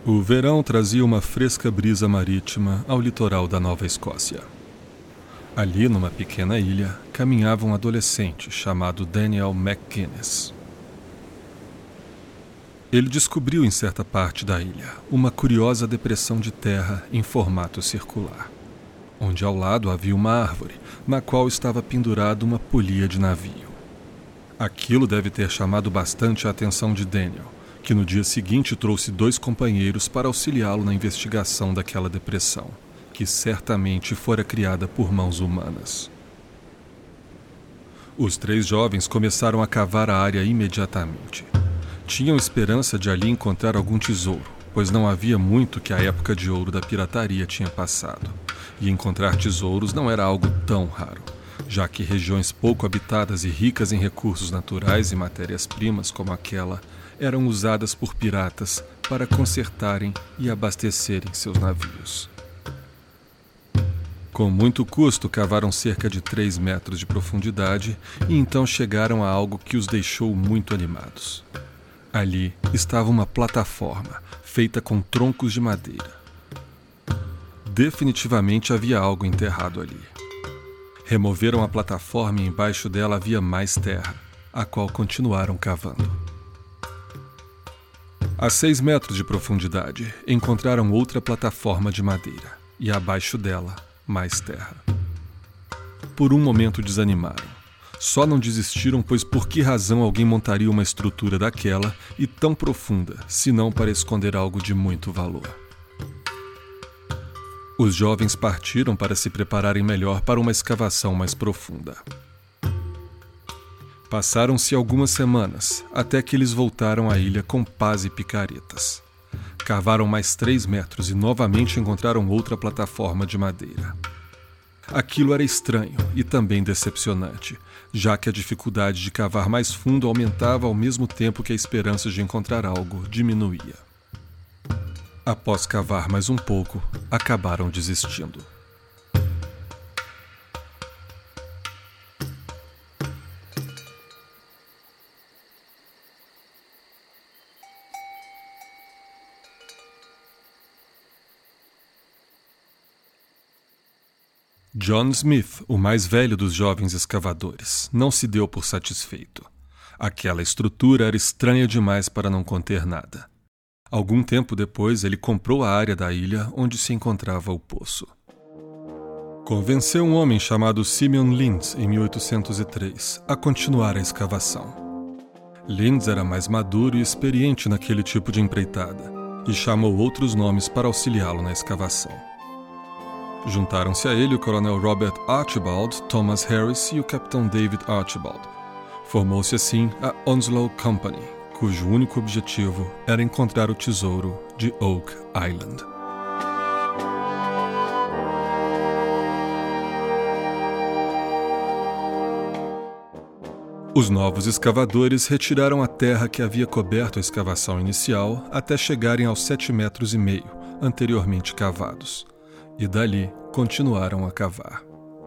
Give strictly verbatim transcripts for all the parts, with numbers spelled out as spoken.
O verão trazia uma fresca brisa marítima ao litoral da Nova Escócia. Ali, numa pequena ilha, caminhava um adolescente chamado Daniel McGuinness. Ele descobriu em certa parte da ilha uma curiosa depressão de terra em formato circular, onde ao lado havia uma árvore, na qual estava pendurada uma polia de navio. Aquilo deve ter chamado bastante a atenção de Daniel, que no dia seguinte trouxe dois companheiros para auxiliá-lo na investigação daquela depressão, que certamente fora criada por mãos humanas. Os três jovens começaram a cavar a área imediatamente. Tinham esperança de ali encontrar algum tesouro, pois não havia muito que a época de ouro da pirataria tinha passado, e encontrar tesouros não era algo tão raro, já que regiões pouco habitadas e ricas em recursos naturais e matérias-primas como aquela eram usadas por piratas para consertarem e abastecerem seus navios. Com muito custo, cavaram cerca de três metros de profundidade e então chegaram a algo que os deixou muito animados. Ali estava uma plataforma feita com troncos de madeira. Definitivamente havia algo enterrado ali. Removeram a plataforma e embaixo dela havia mais terra, a qual continuaram cavando. A seis metros de profundidade, encontraram outra plataforma de madeira, e abaixo dela, mais terra. Por um momento desanimaram. Só não desistiram, pois por que razão alguém montaria uma estrutura daquela e tão profunda, senão para esconder algo de muito valor? Os jovens partiram para se prepararem melhor para uma escavação mais profunda. Passaram-se algumas semanas, até que eles voltaram à ilha com pás e picaretas. Cavaram mais três metros e novamente encontraram outra plataforma de madeira. Aquilo era estranho e também decepcionante, já que a dificuldade de cavar mais fundo aumentava ao mesmo tempo que a esperança de encontrar algo diminuía. Após cavar mais um pouco, acabaram desistindo. John Smith, o mais velho dos jovens escavadores, não se deu por satisfeito. Aquela estrutura era estranha demais para não conter nada. Algum tempo depois, ele comprou a área da ilha onde se encontrava o poço. Convenceu um homem chamado Simeon Linds, em mil oitocentos e três, a continuar a escavação. Linds era mais maduro e experiente naquele tipo de empreitada, e chamou outros nomes para auxiliá-lo na escavação. Juntaram-se a ele o coronel Robert Archibald, Thomas Harris e o capitão David Archibald. Formou-se assim a Onslow Company, cujo único objetivo era encontrar o tesouro de Oak Island. Os novos escavadores retiraram a terra que havia coberto a escavação inicial até chegarem aos sete metros e meio, anteriormente cavados. E dali continuaram a cavar.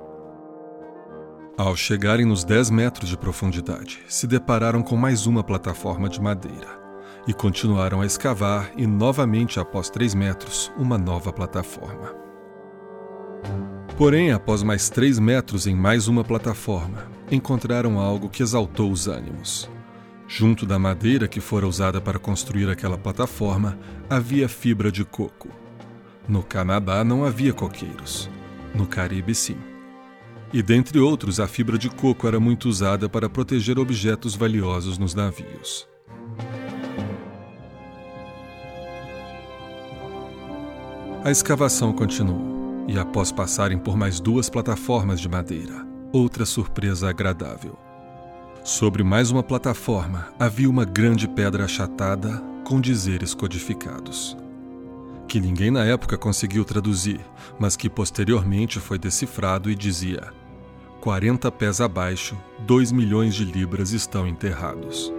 Ao chegarem nos dez metros de profundidade, se depararam com mais uma plataforma de madeira e continuaram a escavar e novamente, após três metros, uma nova plataforma. Porém, após mais três metros em mais uma plataforma, encontraram algo que exaltou os ânimos. Junto da madeira que fora usada para construir aquela plataforma, havia fibra de coco. No Canadá não havia coqueiros. No Caribe, sim. E dentre outros, a fibra de coco era muito usada para proteger objetos valiosos nos navios. A escavação continuou, e após passarem por mais duas plataformas de madeira, outra surpresa agradável. Sobre mais uma plataforma havia uma grande pedra achatada com dizeres codificados, que ninguém na época conseguiu traduzir, mas que posteriormente foi decifrado e dizia: quarenta pés abaixo, dois milhões de libras estão enterrados.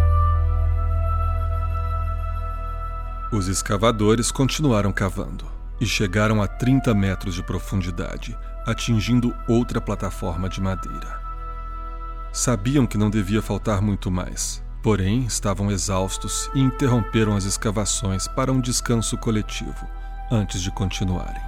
Os escavadores continuaram cavando, e chegaram a trinta metros de profundidade, atingindo outra plataforma de madeira. Sabiam que não devia faltar muito mais, porém estavam exaustos e interromperam as escavações para um descanso coletivo, antes de continuarem.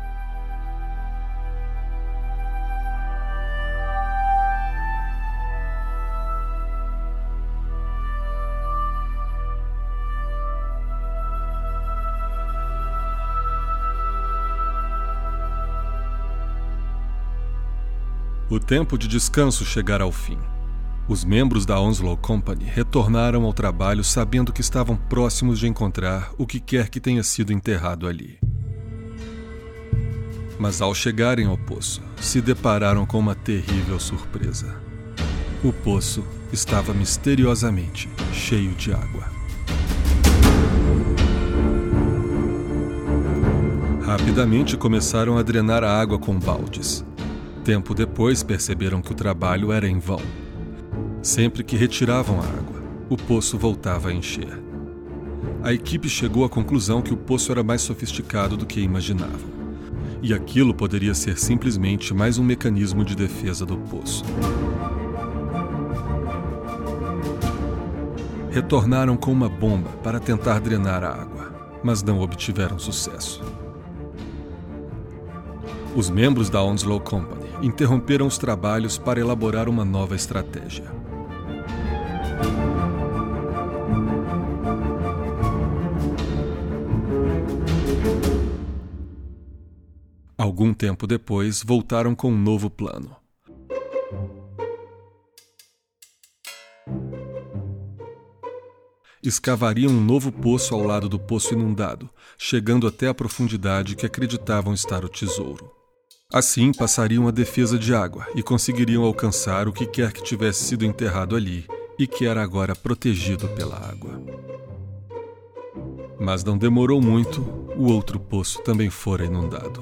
O tempo de descanso chegara ao fim. Os membros da Onslow Company retornaram ao trabalho sabendo que estavam próximos de encontrar o que quer que tenha sido enterrado ali. Mas ao chegarem ao poço, se depararam com uma terrível surpresa. O poço estava misteriosamente cheio de água. Rapidamente começaram a drenar a água com baldes. Tempo depois perceberam que o trabalho era em vão. Sempre que retiravam a água, o poço voltava a encher. A equipe chegou à conclusão que o poço era mais sofisticado do que imaginavam, e aquilo poderia ser simplesmente mais um mecanismo de defesa do poço. Retornaram com uma bomba para tentar drenar a água, mas não obtiveram sucesso. Os membros da Onslow Company interromperam os trabalhos para elaborar uma nova estratégia. Algum tempo depois, voltaram com um novo plano. Escavariam um novo poço ao lado do poço inundado, chegando até a profundidade que acreditavam estar o tesouro. Assim, passariam a defesa de água e conseguiriam alcançar o que quer que tivesse sido enterrado ali e que era agora protegido pela água. Mas não demorou muito, o outro poço também fora inundado.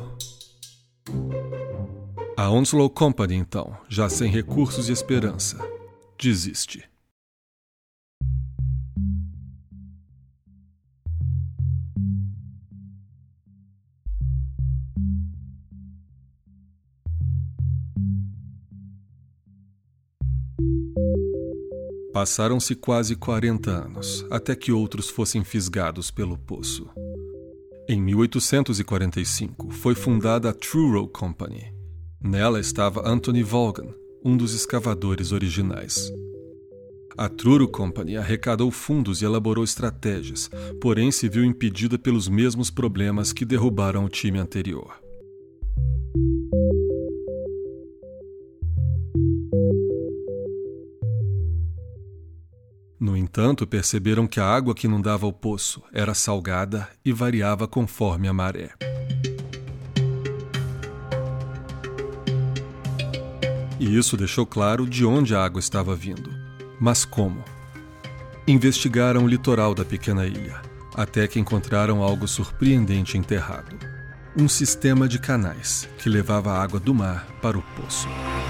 A Onslow Company, então, já sem recursos e esperança, desiste. Passaram-se quase quarenta anos, até que outros fossem fisgados pelo poço. Em mil oitocentos e quarenta e cinco, foi fundada a Truro Company. Nela estava Anthony Vaughan, um dos escavadores originais. A Truro Company arrecadou fundos e elaborou estratégias, porém se viu impedida pelos mesmos problemas que derrubaram o time anterior. No entanto, perceberam que a água que inundava o poço era salgada e variava conforme a maré. E isso deixou claro de onde a água estava vindo. Mas como? Investigaram o litoral da pequena ilha, até que encontraram algo surpreendente enterrado. Um sistema de canais que levava a água do mar para o poço.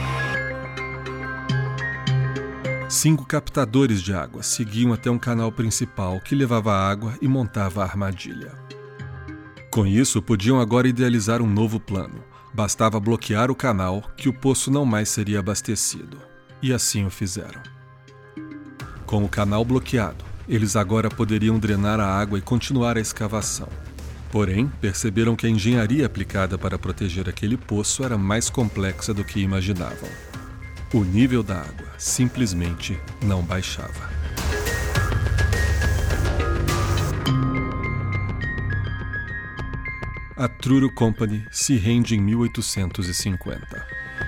Cinco captadores de água seguiam até um canal principal que levava água e montava a armadilha. Com isso, podiam agora idealizar um novo plano. Bastava bloquear o canal que o poço não mais seria abastecido. E assim o fizeram. Com o canal bloqueado, eles agora poderiam drenar a água e continuar a escavação. Porém, perceberam que a engenharia aplicada para proteger aquele poço era mais complexa do que imaginavam. O nível da água simplesmente não baixava. A Truro Company se rende em mil oitocentos e cinquenta.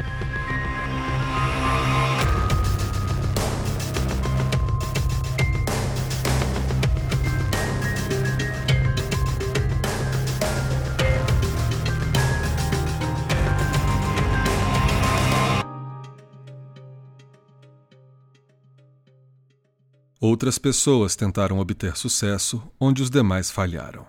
Outras pessoas tentaram obter sucesso onde os demais falharam.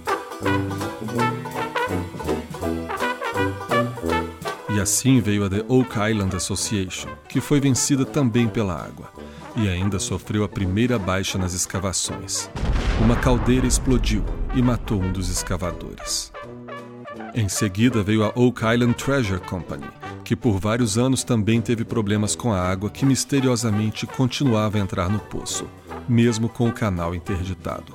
E assim veio a The Oak Island Association, que foi vencida também pela água, e ainda sofreu a primeira baixa nas escavações. Uma caldeira explodiu e matou um dos escavadores. Em seguida veio a Oak Island Treasure Company, que por vários anos também teve problemas com a água que misteriosamente continuava a entrar no poço, mesmo com o canal interditado.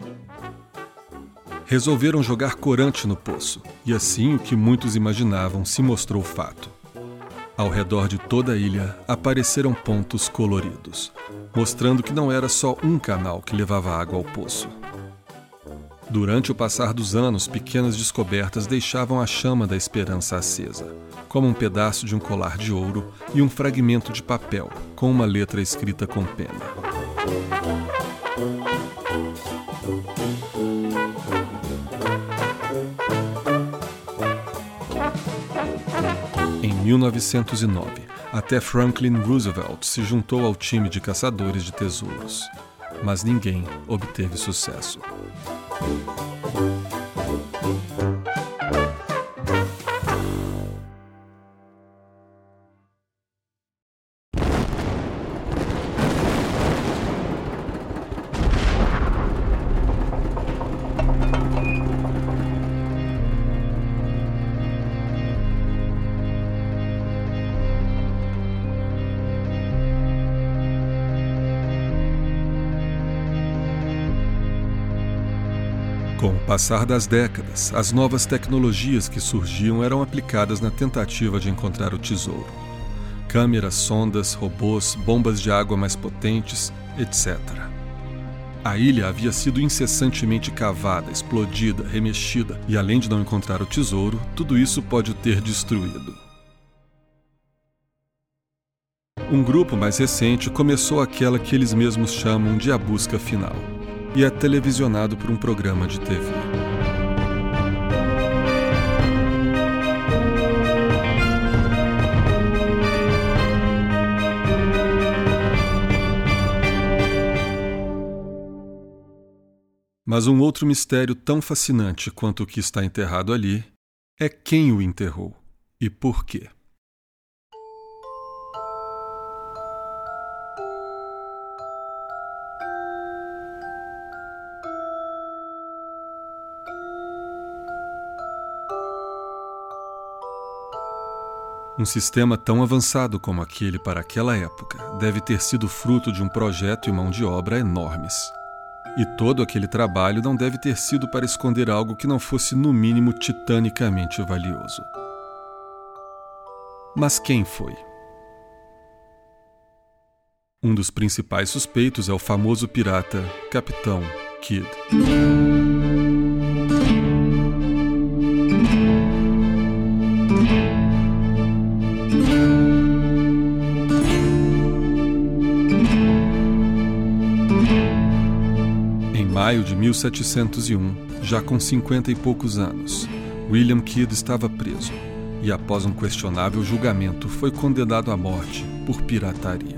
Resolveram jogar corante no poço, e assim o que muitos imaginavam se mostrou fato. Ao redor de toda a ilha apareceram pontos coloridos, mostrando que não era só um canal que levava água ao poço. Durante o passar dos anos, pequenas descobertas deixavam a chama da esperança acesa, como um pedaço de um colar de ouro e um fragmento de papel com uma letra escrita com pena. Em mil novecentos e nove, até Franklin Roosevelt se juntou ao time de caçadores de tesouros, mas ninguém obteve sucesso. Com o passar das décadas, as novas tecnologias que surgiam eram aplicadas na tentativa de encontrar o tesouro. Câmeras, sondas, robôs, bombas de água mais potentes, etcétera. A ilha havia sido incessantemente cavada, explodida, remexida, e além de não encontrar o tesouro, tudo isso pode ter destruído. Um grupo mais recente começou aquela que eles mesmos chamam de a busca final, e é televisionado por um programa de T V. Mas um outro mistério tão fascinante quanto o que está enterrado ali é quem o enterrou e por quê. Um sistema tão avançado como aquele para aquela época deve ter sido fruto de um projeto e mão de obra enormes. E todo aquele trabalho não deve ter sido para esconder algo que não fosse no mínimo titanicamente valioso. Mas quem foi? Um dos principais suspeitos é o famoso pirata Capitão Kidd. Em maio de mil setecentos e um, já com cinquenta e poucos anos, William Kidd estava preso e, após um questionável julgamento, foi condenado à morte por pirataria.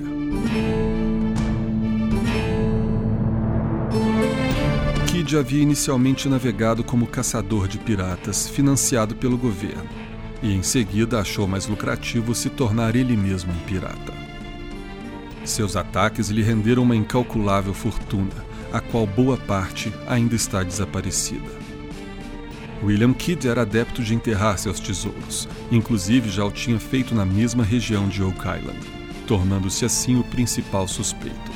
Kidd havia inicialmente navegado como caçador de piratas financiado pelo governo e, em seguida, achou mais lucrativo se tornar ele mesmo um pirata. Seus ataques lhe renderam uma incalculável fortuna, a qual boa parte ainda está desaparecida. William Kidd era adepto de enterrar seus tesouros, inclusive já o tinha feito na mesma região de Oak Island, tornando-se assim o principal suspeito.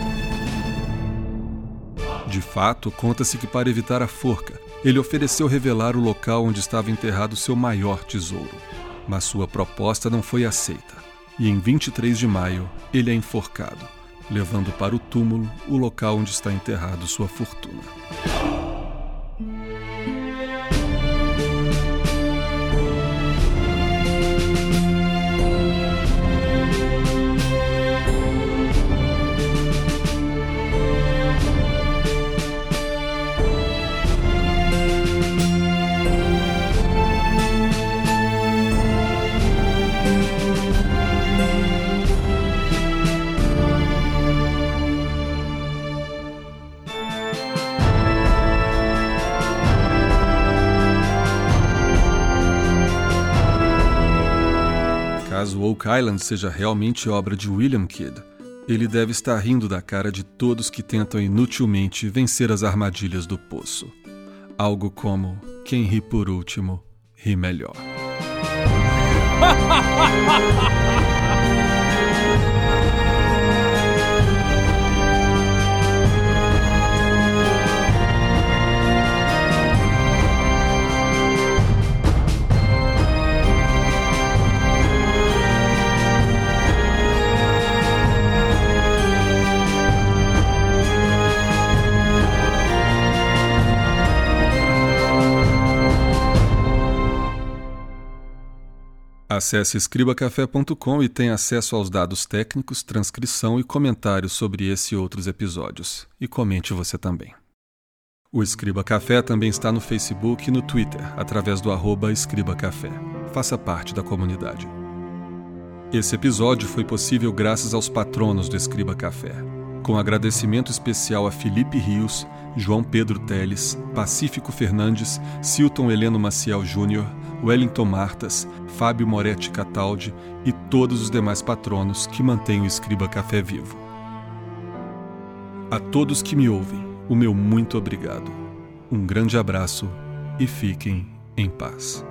De fato, conta-se que para evitar a forca, ele ofereceu revelar o local onde estava enterrado seu maior tesouro, mas sua proposta não foi aceita, e em vinte e três de maio ele é enforcado, levando para o túmulo o local onde está enterrado sua fortuna. Caso Oak Island seja realmente obra de William Kidd, ele deve estar rindo da cara de todos que tentam inutilmente vencer as armadilhas do poço. Algo como: quem ri por último, ri melhor. Acesse escriba café ponto com e tenha acesso aos dados técnicos, transcrição e comentários sobre esse e outros episódios. E comente você também. O Escriba Café também está no Facebook e no Twitter, através do arroba Escriba Café. Faça parte da comunidade. Esse episódio foi possível graças aos patronos do Escriba Café. Com agradecimento especial a Felipe Rios, João Pedro Teles, Pacífico Fernandes, Silton Heleno Maciel Júnior, Wellington Martas, Fábio Moretti Cataldi e todos os demais patronos que mantêm o Escriba Café vivo. A todos que me ouvem, o meu muito obrigado. Um grande abraço e fiquem em paz.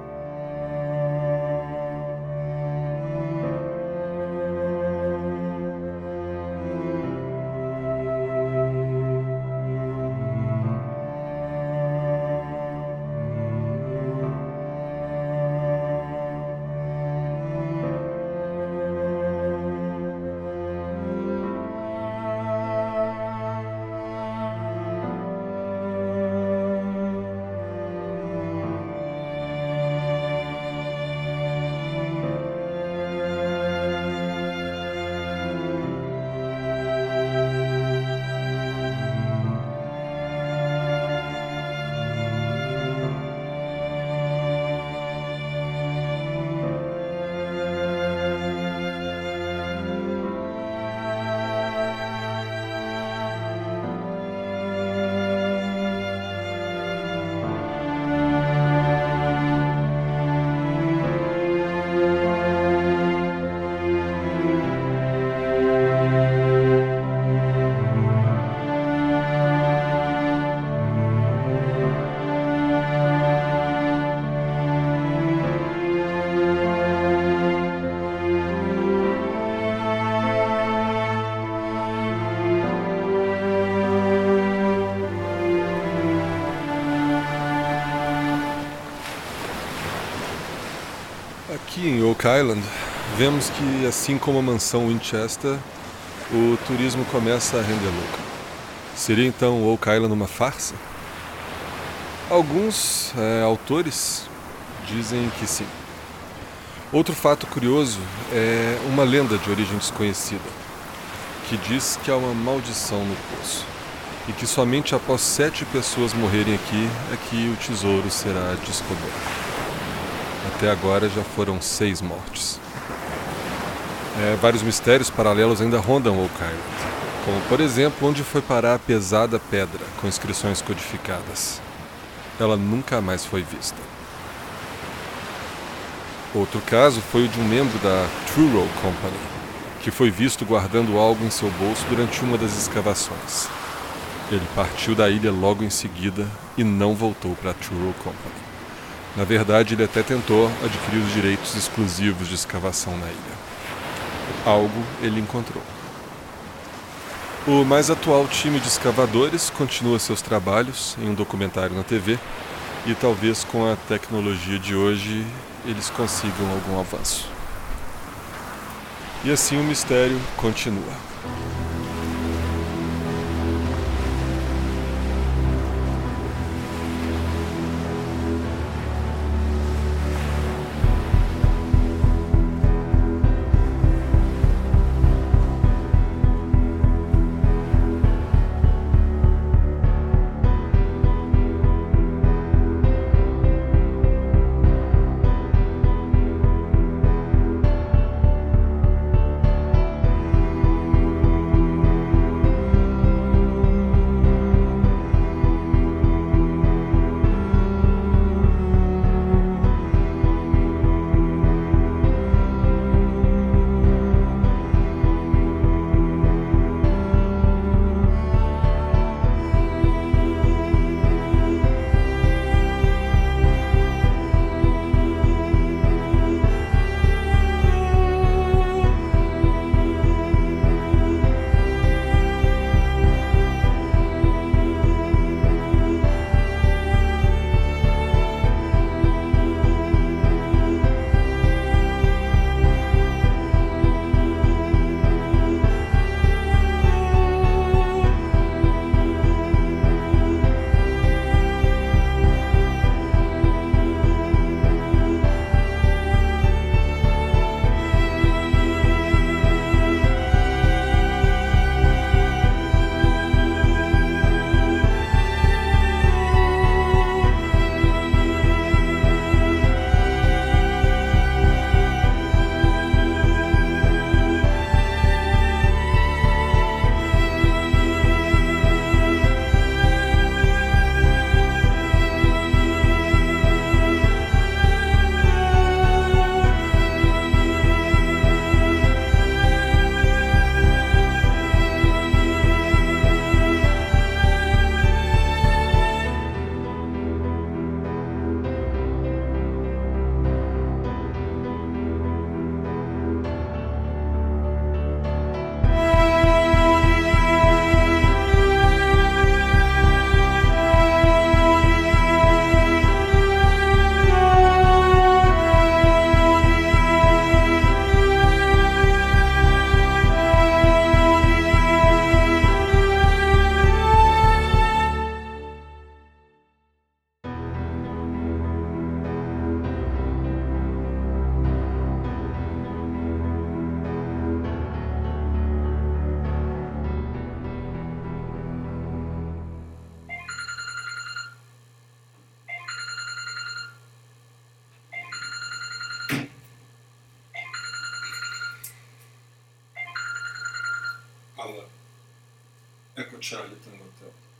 Aqui em Oak Island, vemos que, assim como a mansão Winchester, o turismo começa a render lucro. Seria então Oak Island uma farsa? Alguns é, autores dizem que sim. Outro fato curioso é uma lenda de origem desconhecida, que diz que há uma maldição no poço e que somente após sete pessoas morrerem aqui é que o tesouro será descoberto. Até agora já foram seis mortes. É, vários mistérios paralelos ainda rondam Oak Island, como por exemplo onde foi parar a pesada pedra com inscrições codificadas. Ela nunca mais foi vista. Outro caso foi o de um membro da Truro Company, que foi visto guardando algo em seu bolso durante uma das escavações. Ele partiu da ilha logo em seguida e não voltou para a Truro Company. Na verdade, ele até tentou adquirir os direitos exclusivos de escavação na ilha. Algo ele encontrou. O mais atual time de escavadores continua seus trabalhos em um documentário na T V e talvez com a tecnologia de hoje eles consigam algum avanço. E assim o mistério continua. Alan, Echo Charlie Tango Hotel.